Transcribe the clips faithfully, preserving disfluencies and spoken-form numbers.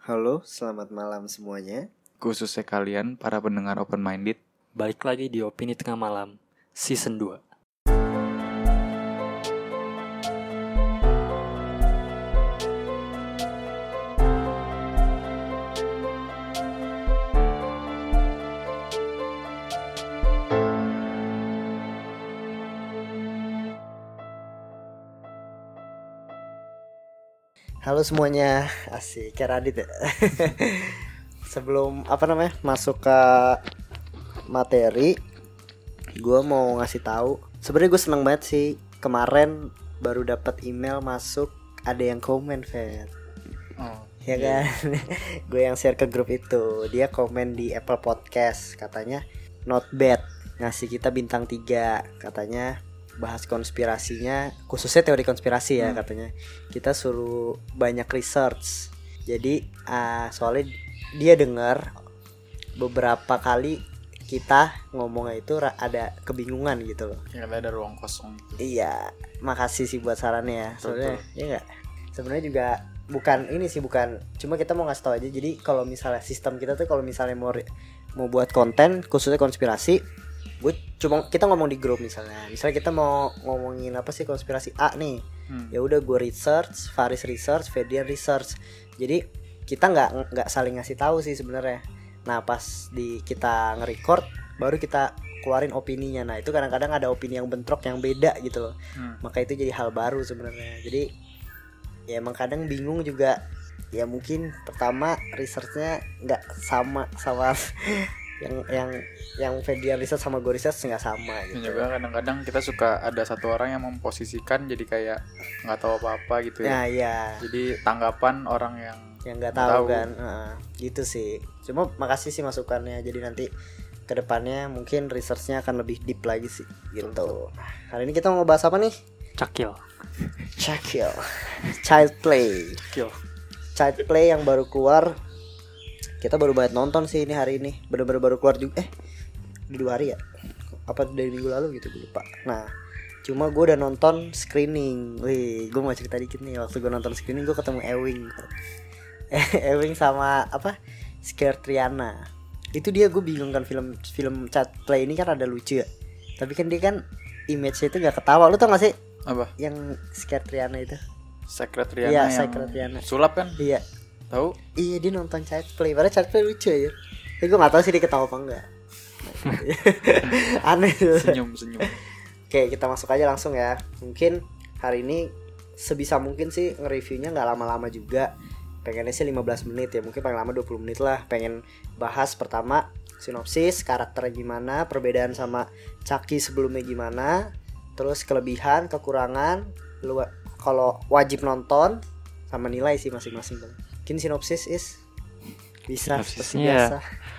Halo, selamat malam semuanya. Khususnya kalian, para pendengar open-minded. Balik lagi di Opini Tengah Malam, Season dua. Halo semuanya, asik kayak Radit ya. Sebelum apa namanya masuk ke materi, gue mau ngasih tahu. Sebenarnya gue seneng banget sih, kemarin baru dapat email masuk, ada yang komen, Fer. Oh, Ya iya. kan, gue yang share ke grup itu. Dia komen di Apple Podcast, katanya not bad, ngasih kita bintang tiga, katanya bahas konspirasinya, khususnya teori konspirasi ya, Hmm. katanya kita suruh banyak research. Jadi uh, soalnya dia dengar beberapa kali kita ngomongnya itu ra- ada kebingungan gitu loh. Ya, ada ruang kosong gitu. Iya, makasih sih buat sarannya ya. Sebenarnya ya enggak. Sebenarnya juga bukan ini sih, bukan, cuma kita mau ngasih tahu aja. Jadi kalau misalnya sistem kita tuh kalau misalnya mau re- mau buat konten khususnya konspirasi, gue cuma kita ngomong di grup misalnya. Misalnya kita mau ngomongin apa sih konspirasi A nih. Hmm. Ya udah gue research, Faris research, Ferdian research. Jadi kita nggak nggak saling ngasih tahu sih sebenarnya. Nah pas di kita nge-record baru kita keluarin opininya. Nah itu kadang-kadang ada opini yang bentrok yang beda gitu loh. Hmm. Maka itu jadi hal baru sebenarnya. Jadi ya emang kadang bingung juga. Ya mungkin pertama researchnya nggak sama sama yang yang yang Ferdian research sama gue research nggak sama Dan gitu. juga kadang-kadang kita suka ada satu orang yang memposisikan jadi kayak nggak tahu apa-apa gitu Nah ya. ya Jadi tanggapan orang yang yang nggak Nggak tahu, tahu. kan, Heeh, gitu sih. Cuma makasih sih masukannya. Jadi nanti kedepannya mungkin researchnya akan lebih deep lagi sih gitu. Nah, hari ini kita mau bahas apa nih? Cakil. Cakil, child play. Cakil. Child play yang baru keluar. Kita baru banget nonton sih ini hari ini. Bener-bener baru keluar juga. Eh, di dua hari ya? Apa dari minggu lalu gitu, gue lupa. Nah, cuma gue udah nonton screening. Wih, gue mau cerita dikit nih. Waktu gue nonton screening gue ketemu Ewing. Ewing sama apa? Scared Rihanna. Itu dia, gue bingung kan, film film Child Play ini kan ada lucu ya. Tapi kan dia kan image-nya itu gak ketawa. Lu tau gak sih apa? yang Scared Rihanna itu? Secret Rihanna Iya, yang Secret Rihanna. sulap kan? Iya. Tahu? Iya, dia nonton Child Play. Padahal Child Play lucu ya. Tapi gue gak tahu sih dia ketawa apa enggak. Aneh tuh. Senyum-senyum. Oke, kita masuk aja langsung ya. Mungkin hari ini sebisa mungkin sih nge-reviewnya gak lama-lama juga. Pengennya sih lima belas menit ya. Mungkin paling lama dua puluh menit lah. Pengen bahas pertama sinopsis, karakternya gimana, perbedaan sama Chucky sebelumnya gimana, terus kelebihan, kekurangan, lu kalau wajib nonton, sama nilai sih masing-masing. Mungkin sinopsis is bisa seperti Sinopsisnya biasa.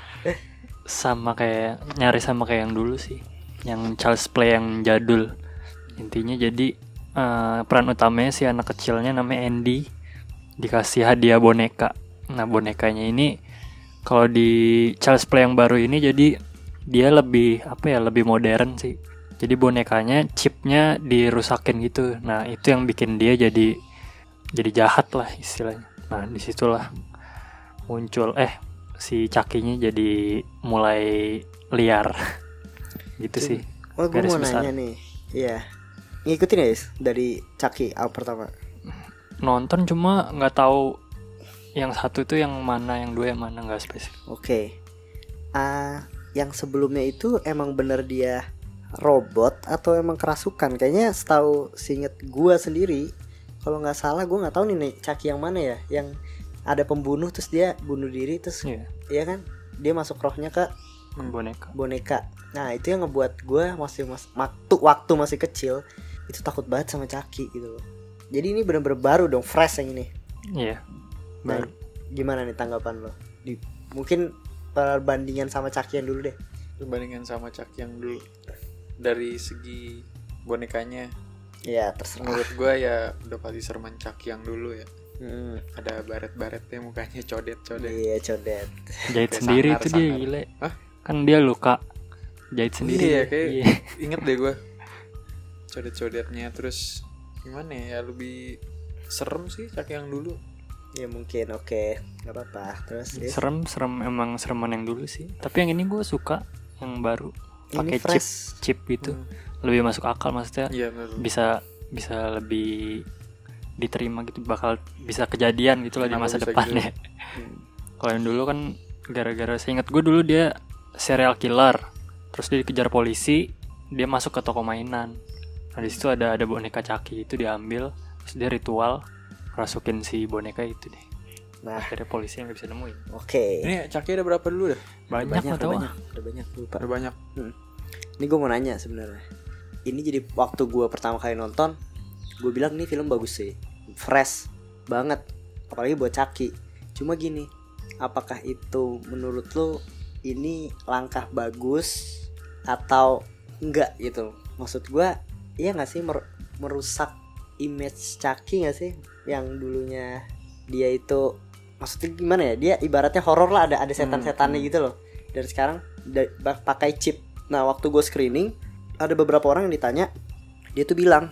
Sama kayak, nyari sama kayak yang dulu sih, yang Child's Play yang jadul. Intinya jadi eh, peran utamanya si anak kecilnya namanya Andy, dikasih hadiah boneka. Nah bonekanya ini kalau di Child's Play yang baru ini jadi dia lebih apa ya, lebih modern sih. Jadi bonekanya chipnya dirusakin gitu. Nah itu yang bikin dia jadi jadi jahat lah istilahnya. Nah disitulah muncul eh si Chucky-nya jadi mulai liar gitu sih. Oh, gue Garis mau besar. nanya nih. Iya. Ngikutin ya, Is? Dari Chucky awal pertama. Nonton cuma nggak tahu yang satu itu yang mana, yang dua yang mana, nggak spesifik. Oke. Ah, yang sebelumnya itu emang bener dia robot atau emang kerasukan? Kayaknya setahu singet gua sendiri, kalau nggak salah gua nggak tahu nih, nih Chucky yang mana ya, yang ada pembunuh terus dia bunuh diri terus, Iya, iya kan? Dia masuk rohnya ke boneka. boneka. Nah itu yang ngebuat gua masih mas, waktu waktu masih kecil itu takut banget sama Chucky gitu loh. Jadi ini bener-bener baru dong, fresh yang ini. Iya. Nah, Baru. gimana nih tanggapan lo? Di, mungkin perbandingan sama Chucky yang dulu deh. Perbandingan sama Chucky yang dulu. Dari segi bonekanya, Ya terserah. menurut gue ya udah pasti serem Chucky yang dulu ya. Hmm. Ada baret-baretnya, mukanya codet-codet. Iya codet. Jahit Kayak sendiri sangar, itu dia sangar. gile. Hah? Kan dia luka. Jahit sendiri. Iya, kayak Iya. inget deh gue codet-codetnya. Terus gimana ya, lebih serem sih Chucky yang dulu. Ya mungkin oke, nggak apa-apa. Terus Is? Serem, serem emang sereman yang dulu sih. Tapi yang ini gue suka yang baru pakai chip, fresh. chip gitu. Hmm. Lebih masuk akal maksudnya. Iya, bener. Bisa bisa lebih diterima gitu, bakal bisa kejadian gitu lah di Kenapa masa bisa depan gitu? ya. Kalau yang dulu kan gara-gara saya ingat gue dulu dia serial killer. Terus dia dikejar polisi, dia masuk ke toko mainan. Nah di situ ada ada boneka Chucky itu diambil, terus dia ritual rasukin si boneka itu deh. Nah, Akhirnya polisi nggak bisa nemuin. oke. Ini Chucky ada berapa dulu dah? Banyak banyak, nggak udah tahu. banyak, udah banyak lupa. Ada banyak. Ini gue mau nanya sebenarnya. Ini jadi waktu gue pertama kali nonton, gue bilang ini film bagus sih, fresh banget, apalagi buat Chucky. Cuma gini, apakah itu menurut lo ini langkah bagus atau enggak gitu? Maksud gue, iya nggak sih mer- merusak image Chucky nggak sih? Yang dulunya dia itu, maksudnya gimana ya? Dia ibaratnya horor lah, ada ada setan-setannya Hmm. gitu loh. Dan sekarang da- pakai chip. Nah waktu gue screening, ada beberapa orang yang ditanya, dia tuh bilang,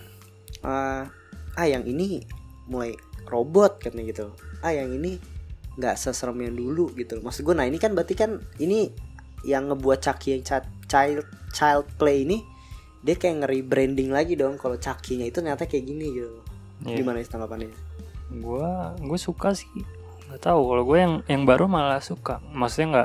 ah, ah yang ini mulai robot katanya gitu. Ah yang ini nggak seserem yang dulu gitu. Maksud gue, nah ini kan berarti kan ini yang ngebuat Chucky yang cha- child child play ini, dia kayak nge-rebranding lagi dong. Kalau Chucky-nya itu ternyata kayak gini gitu. Iya. Gimana tanggapannya? Gue gue suka sih. Nggak tahu kalau gue yang yang baru malah suka. Maksudnya nggak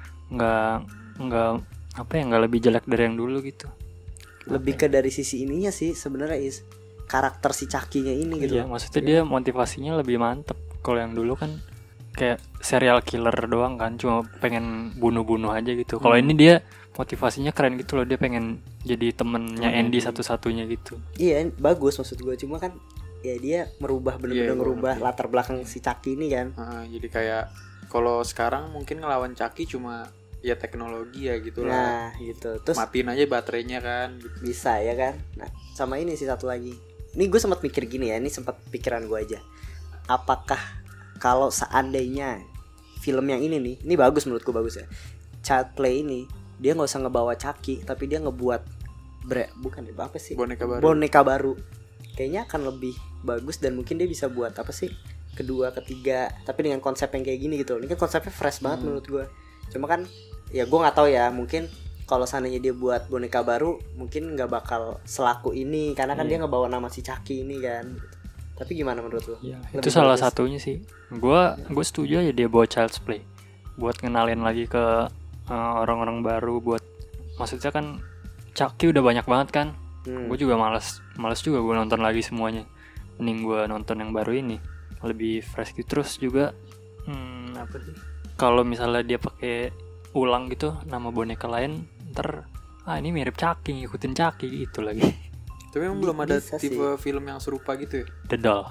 nggak nggak apa ya, nggak lebih jelek dari yang dulu gitu. Lebih ke dari sisi ininya sih sebenarnya, is karakter si Chucky-nya ini gitu. Iya, maksudnya dia motivasinya lebih mantep. Kalau yang dulu kan kayak serial killer doang kan, cuma pengen bunuh-bunuh aja gitu. Kalau Hmm. ini dia motivasinya keren gitu loh, dia pengen jadi temennya Hmm. Andy satu-satunya gitu. Iya bagus maksud gue, cuma kan ya dia merubah bener-bener Iya, gua merubah ngerti. latar belakang si Chucky ini kan. Ah, jadi kayak kalau sekarang mungkin ngelawan Chucky cuma ya teknologi ya gitu lah. Nah gitu. Terus Matiin aja baterainya kan gitu. bisa ya kan. Nah sama ini sih satu lagi. Ini gue sempat mikir gini ya, ini sempat pikiran gue aja. Apakah kalau seandainya film yang ini nih, ini bagus menurut gue bagus ya. Child Play ini dia nggak usah ngebawa Chucky, tapi dia ngebuat bre, bukan ya, apa sih? Boneka baru. Boneka baru. Kayaknya akan lebih bagus dan mungkin dia bisa buat apa sih? Kedua, ketiga, tapi dengan konsep yang kayak gini gitu. Ini kan konsepnya fresh banget Hmm. menurut gue. Cuma kan ya gue nggak tahu ya, mungkin kalau seandainya dia buat boneka baru mungkin nggak bakal selaku ini karena kan Iya. dia ngebawa nama si Chucky ini kan. Tapi gimana menurut lo? Ya, Lebih itu salah bagus. satunya sih. Gua gue setuju aja dia bawa Child's Play buat ngenalin lagi ke uh, orang-orang baru, buat maksudnya kan Chucky udah banyak banget kan. Hmm. Gue juga malas malas juga gue nonton lagi semuanya. Mending gue nonton yang baru ini, lebih fresh gitu. Terus juga hmm, apa sih? Kalau misalnya dia pakai ulang gitu nama boneka lain, ntar ah ini mirip Chucky, ngikutin Chucky gitu lagi. Tapi emang Bi- belum ada bisa tipe sih. film yang serupa gitu ya. The Doll.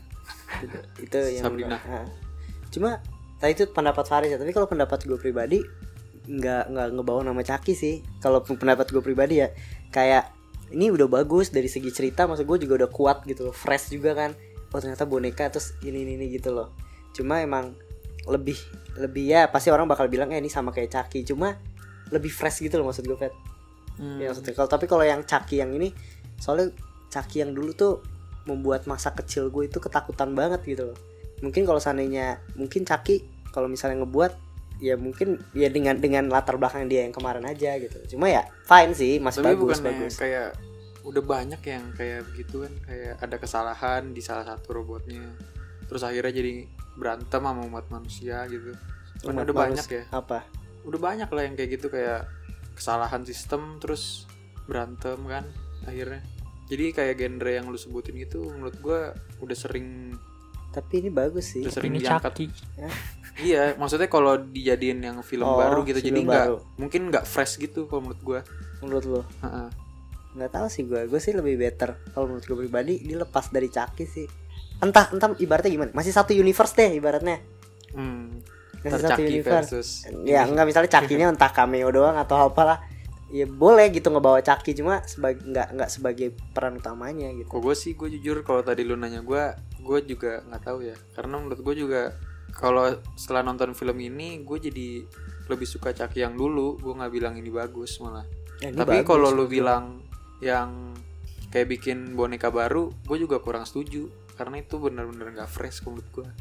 Itu yang Sabrina. Nah, cuma tadi itu pendapat Faris ya, tapi kalau pendapat gue pribadi nggak nggak ngebawa nama Chucky sih. Kalau pendapat gue pribadi ya, kayak ini udah bagus dari segi cerita, maksud gue juga udah kuat gitu loh, fresh juga kan. Oh ternyata boneka terus ini ini, ini gitu loh. Cuma emang lebih lebih ya pasti orang bakal bilang eh ini sama kayak Chucky, cuma lebih fresh gitu loh maksud gue, Fet. Hmm. Ya maksudnya kalau tapi kalau yang Chucky yang ini, soalnya Chucky yang dulu tuh membuat masa kecil gue itu ketakutan banget gitu loh. Mungkin kalau seandainya mungkin Chucky kalau misalnya ngebuat ya mungkin ya dengan dengan latar belakang dia yang kemarin aja gitu. Cuma ya fine sih, masih Tapi bagus bukannya bagus. kayak udah banyak yang kayak begitu kan, kayak ada kesalahan di salah satu robotnya. Terus akhirnya jadi berantem sama umat manusia gitu. Kan Umat udah banyak manus- ya. Apa? Udah banyak lah yang kayak gitu, kayak kesalahan sistem terus berantem kan akhirnya. Jadi kayak genre yang lu sebutin itu menurut gua udah sering Tapi ini bagus sih. udah sering Ini diangkat. Chucky. Iya, maksudnya kalau dijadiin yang film Oh, baru gitu, jadi film nggak baru. mungkin nggak fresh gitu kalau menurut gua. Menurut lo? Heeh. Nggak tahu sih gue. Gue sih lebih better kalau menurut gue pribadi dilepas dari Chucky sih. Entah entah ibaratnya gimana. Masih satu universe deh ibaratnya. Hmm. Masih Ntar satu Chucky universe. versus Ya enggak, misalnya Chucky-nya entah cameo doang atau apalah. Ya boleh gitu ngebawa Chucky, cuma sebagai nggak nggak sebagai peran utamanya gitu. Kok gue sih, gue jujur kalau tadi lu nanya gue, gue juga nggak tahu ya. Karena menurut gue juga kalau setelah nonton film ini, gue jadi lebih suka Chucky yang dulu. Gue nggak bilang ini bagus malah. Ya, ini Tapi bagus kalau lu menurut bilang yang kayak bikin boneka baru, gue juga kurang setuju. Karena itu benar-benar nggak fresh menurut gue. gua.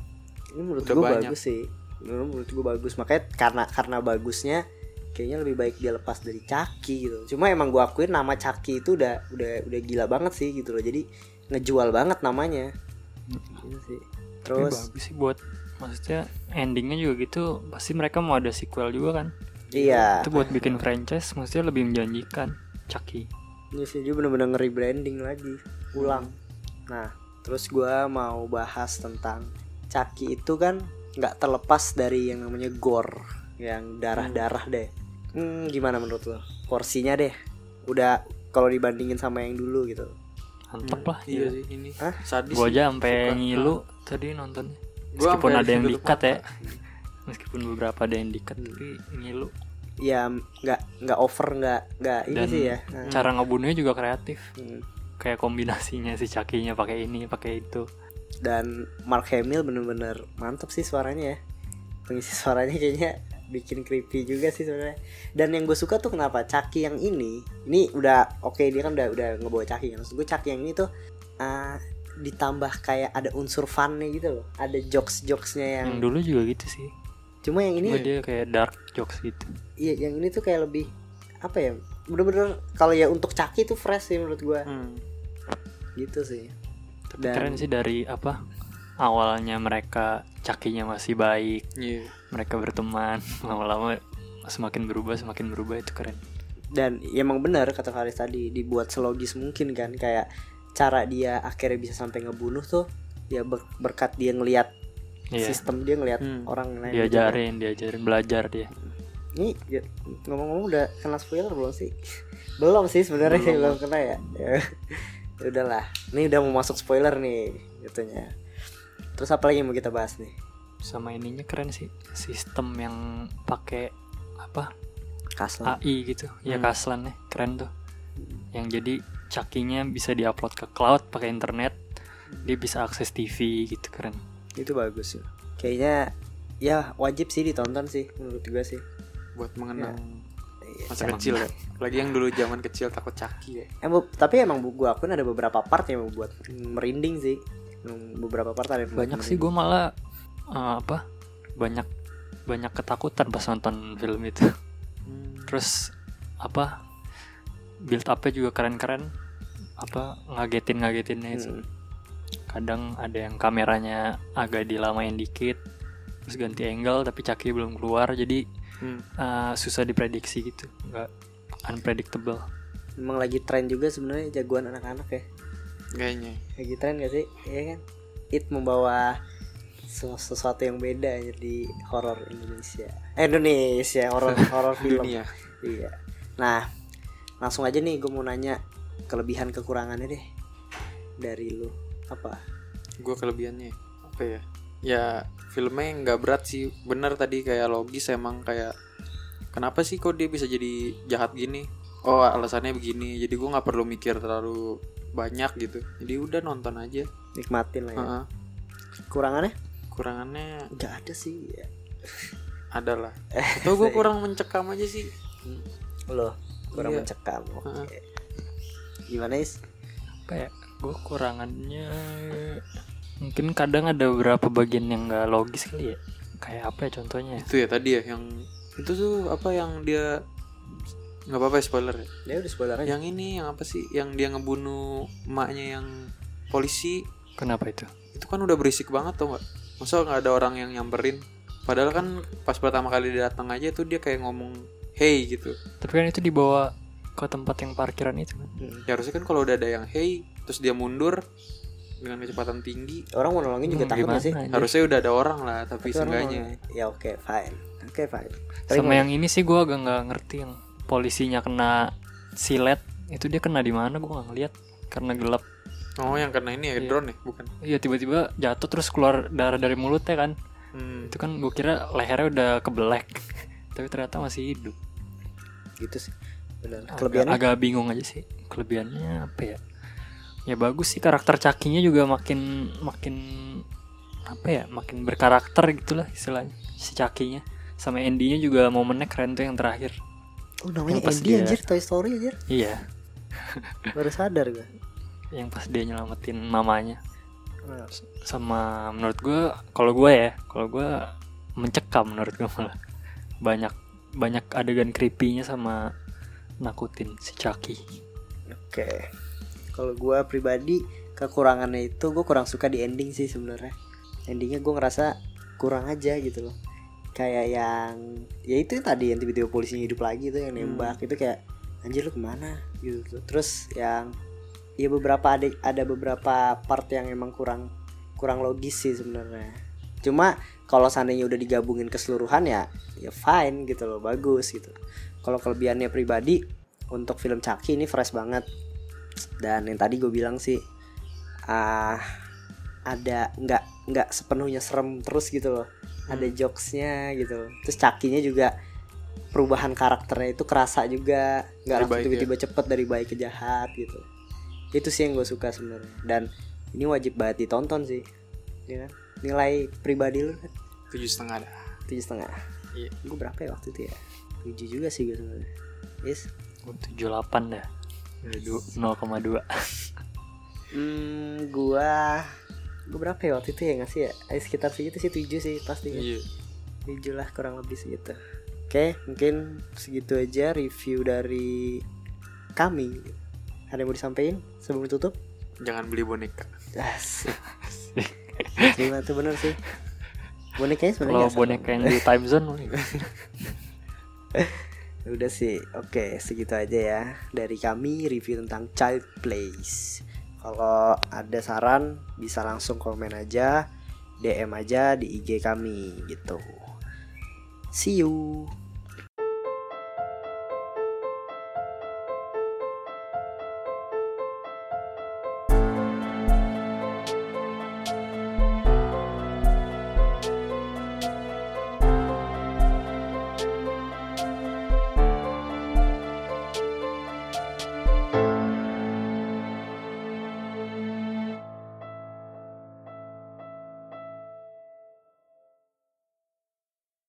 Ini menurut Udah gue banyak. bagus sih. Menurut, menurut gue bagus. Makanya karena karena bagusnya kayaknya lebih baik dia lepas dari Chucky gitu. Cuma emang gue akuin nama Chucky itu udah udah udah gila banget sih gitu loh. Jadi ngejual banget namanya. Gitu sih. Tapi Terus bagus sih buat, maksudnya endingnya juga gitu, pasti mereka mau ada sequel juga kan. iya. Itu buat bikin franchise maksudnya lebih menjanjikan Chucky. Ini sih dia bener-bener nge-rebranding lagi, ulang. Nah, terus gue mau bahas tentang Chucky itu kan nggak terlepas dari yang namanya gore, yang darah-darah deh. Hmm, gimana menurut lo? Porsinya deh, udah kalau dibandingin sama yang dulu gitu. Mantep Hmm, lah. Iya sih ini. Hah? Sadis. Gue sih. aja sampai Suka. ngilu tadi nontonnya. Gua Meskipun sampai ada yang tutup dikat mata. ya. Meskipun beberapa ada yang dikat tapi ngilu. Ya nggak nggak over nggak nggak ini Dan sih ya. Nah, cara ngebunuhnya juga kreatif. hmm. Kayak kombinasinya si Chucky-nya pakai ini, pakai itu. Dan Mark Hamill bener-bener mantap sih suaranya ya. Pengisi suaranya kayaknya bikin creepy juga sih sebenarnya. Dan yang gue suka tuh kenapa Chucky yang ini, ini udah oke okay, dia kan udah udah ngebawa Chucky kan. Maksud gue Chucky yang ini tuh uh, ditambah kayak ada unsur funnya gitu loh. Ada jokes-jokesnya yang. Yang dulu juga gitu sih. Cuma yang ini, Cuma dia kayak dark jokes gitu. iya yang ini tuh kayak lebih apa ya? Bener-bener kalau ya untuk Chucky tuh fresh sih menurut gue. Hmm. Gitu sih. Tapi Dan- keren sih dari apa? Awalnya mereka Chucky-nya masih baik, Iya. mereka berteman, lama-lama semakin berubah, semakin berubah, itu keren. Dan ya emang benar kata Faris tadi, dibuat selogis mungkin kan, kayak cara dia akhirnya bisa sampai ngebunuh tuh ya ber- berkat dia ngelihat Iya. sistem, dia ngelihat Hmm. orang lain. Diajarin, diajarin belajar dia. Ini ya, ngomong-ngomong udah kena spoiler belum sih? Belum sih sebenarnya sih, belum kena ya. Ya ya udahlah. Ini udah mau masuk spoiler nih gitunya. Terus apa lagi yang mau kita bahas nih? Sama ininya keren sih, sistem yang pakai apa? Kaslan. A I gitu. Ya Hmm. Kaslan ya, keren tuh. Yang jadi Chucky-nya bisa diupload ke cloud pakai internet. Dia bisa akses T V gitu, keren. Itu bagus sih. Kayaknya ya wajib sih ditonton sih menurut gue sih. Buat mengenang Iya, masa emang. kecil ya. Lagi yang dulu zaman kecil takut Chucky ya. Eh, bu- tapi emang bu- gua akuin ada beberapa part yang membuat merinding sih. Yang beberapa part ada yang membuat Banyak sih, gue malah uh, apa? Banyak banyak ketakutan pas nonton film itu. Hmm. Terus apa? Build up-nya juga keren-keren. Apa ngagetin-ngagetinnya itu. Hmm. Kadang ada yang kameranya agak dilamain dikit, terus ganti angle tapi Chucky belum keluar, jadi Hmm. uh, susah diprediksi gitu, nggak unpredictable. Emang lagi tren juga sebenarnya jagoan anak-anak ya. Kayaknya. Lagi tren gak sih? Iya kan? It membawa sesu- sesuatu yang beda aja di horor Indonesia. Eh, Indonesia, horor horor film. Dunia. Iya. Nah, langsung aja nih gue mau nanya kelebihan kekurangannya deh dari lu. Apa? Gue kelebihannya apa ya? Ya filmnya nggak berat sih. Bener tadi kayak logis emang, kayak kenapa sih kok dia bisa jadi jahat gini? Oh alasannya begini. Jadi gue nggak perlu mikir terlalu banyak gitu. Jadi udah nonton aja. Nikmatin lah ya. Heeh. Kekurangannya? Kurangannya Gak ada sih ya. ada lah. Atau gue kurang mencekam aja sih. Loh, kurang Iya. mencekam. Oke. Heeh. Gimana Is? Kayak gue kurangannya mungkin kadang ada beberapa bagian yang nggak logis kali ya. Kayak apa ya contohnya? Itu ya tadi ya yang itu tuh apa yang dia nggak apa-apa ya, spoiler ya. Ya udah spoiler aja. Yang ini yang apa sih? Yang dia ngebunuh emaknya yang polisi. Kenapa itu? Itu kan udah berisik banget tau nggak? Masa nggak ada orang yang nyamperin? Padahal kan pas pertama kali dia datang aja tuh dia kayak ngomong hey gitu. Tapi kan itu dibawa ke tempat yang parkiran itu kan. Hmm. Ya harusnya kan kalau udah ada yang hey terus dia mundur dengan kecepatan tinggi, Orang mau nolongin juga Hmm, takut gimana gak sih? anjir? harusnya udah ada orang lah, tapi Tapi orang seenggaknya nolongin. Ya oke, fine. Oke, fine. Sama yang ini sih gue agak nggak ngerti, yang polisinya kena silet itu, dia kena di mana gue nggak ngeliat karena gelap. oh yang kena ini ya Iya. drone ya bukan? Iya, tiba-tiba jatuh terus keluar darah dari mulutnya kan. Hmm. Itu kan gue kira lehernya udah kebelek tapi ternyata masih hidup. gitu sih. Benar. Agak, Kelebihannya? agak bingung aja sih. Kelebihannya apa ya? Ya bagus sih, karakter Chucky-nya juga makin makin apa ya? Makin berkarakter gitulah istilahnya si Chucky-nya. Sama Andy-nya juga momennya keren tuh yang terakhir. Oh, namanya Yang pas Andy dia- anjir, Toy Story anjir. Iya, Baru sadar gue. yang pas dia nyelamatin mamanya. Nah, Sama menurut gue, kalau gue ya, kalau gue mencekam menurut gue malah banyak banyak adegan creepy-nya sama nakutin si Chucky. Oke, kalau gue pribadi kekurangannya itu gue kurang suka di ending sih sebenarnya. Endingnya gue ngerasa kurang aja gitu loh. Kayak yang ya itu yang tadi yang tiba-tiba polisinya hidup lagi tuh yang nembak hmm. itu kayak anjir lu kemana gitu. Terus yang ya beberapa ada ada beberapa part yang emang kurang kurang logis sih sebenarnya. Cuma kalau seandainya udah digabungin keseluruhan ya ya fine gitu loh, bagus gitu. Kalau kelebihannya pribadi untuk film Chucky ini fresh banget. Dan yang tadi gue bilang sih uh, ada nggak nggak sepenuhnya serem terus gitu loh. Hmm. Ada jokesnya gitu. Terus Chucky-nya juga perubahan karakternya itu kerasa juga, nggak langsung tiba-tiba ya. Cepet dari baik ke jahat gitu. Itu sih yang gue suka sebenarnya. Dan ini wajib banget ditonton sih, ya kan? Nilai pribadi lu kan? Tujuh setengah dah. Tujuh setengah. Iya. Gue berapa ya waktu itu ya? Tujuh juga sih gue sebenarnya. Yes. Gue tujuh delapan dah. nol koma dua. Hmm, gue gue berapa ya waktu itu ya nggak sih ya? Eh, sekitar segitu sih, tujuh sih pasti. Iya. Tujuh lah kurang lebih segitu. Oke, mungkin segitu aja review dari kami. Ada yang mau disampaikan sebelum tutup? Jangan beli boneka. Asik. Terima tuh bener sih. Bonekanya sebenarnya kalau boneka yang di time zone. Udah sih. Oke, segitu aja ya dari kami review tentang Child Plays. Kalau ada saran bisa langsung komen aja, D M aja di I G kami gitu. See you.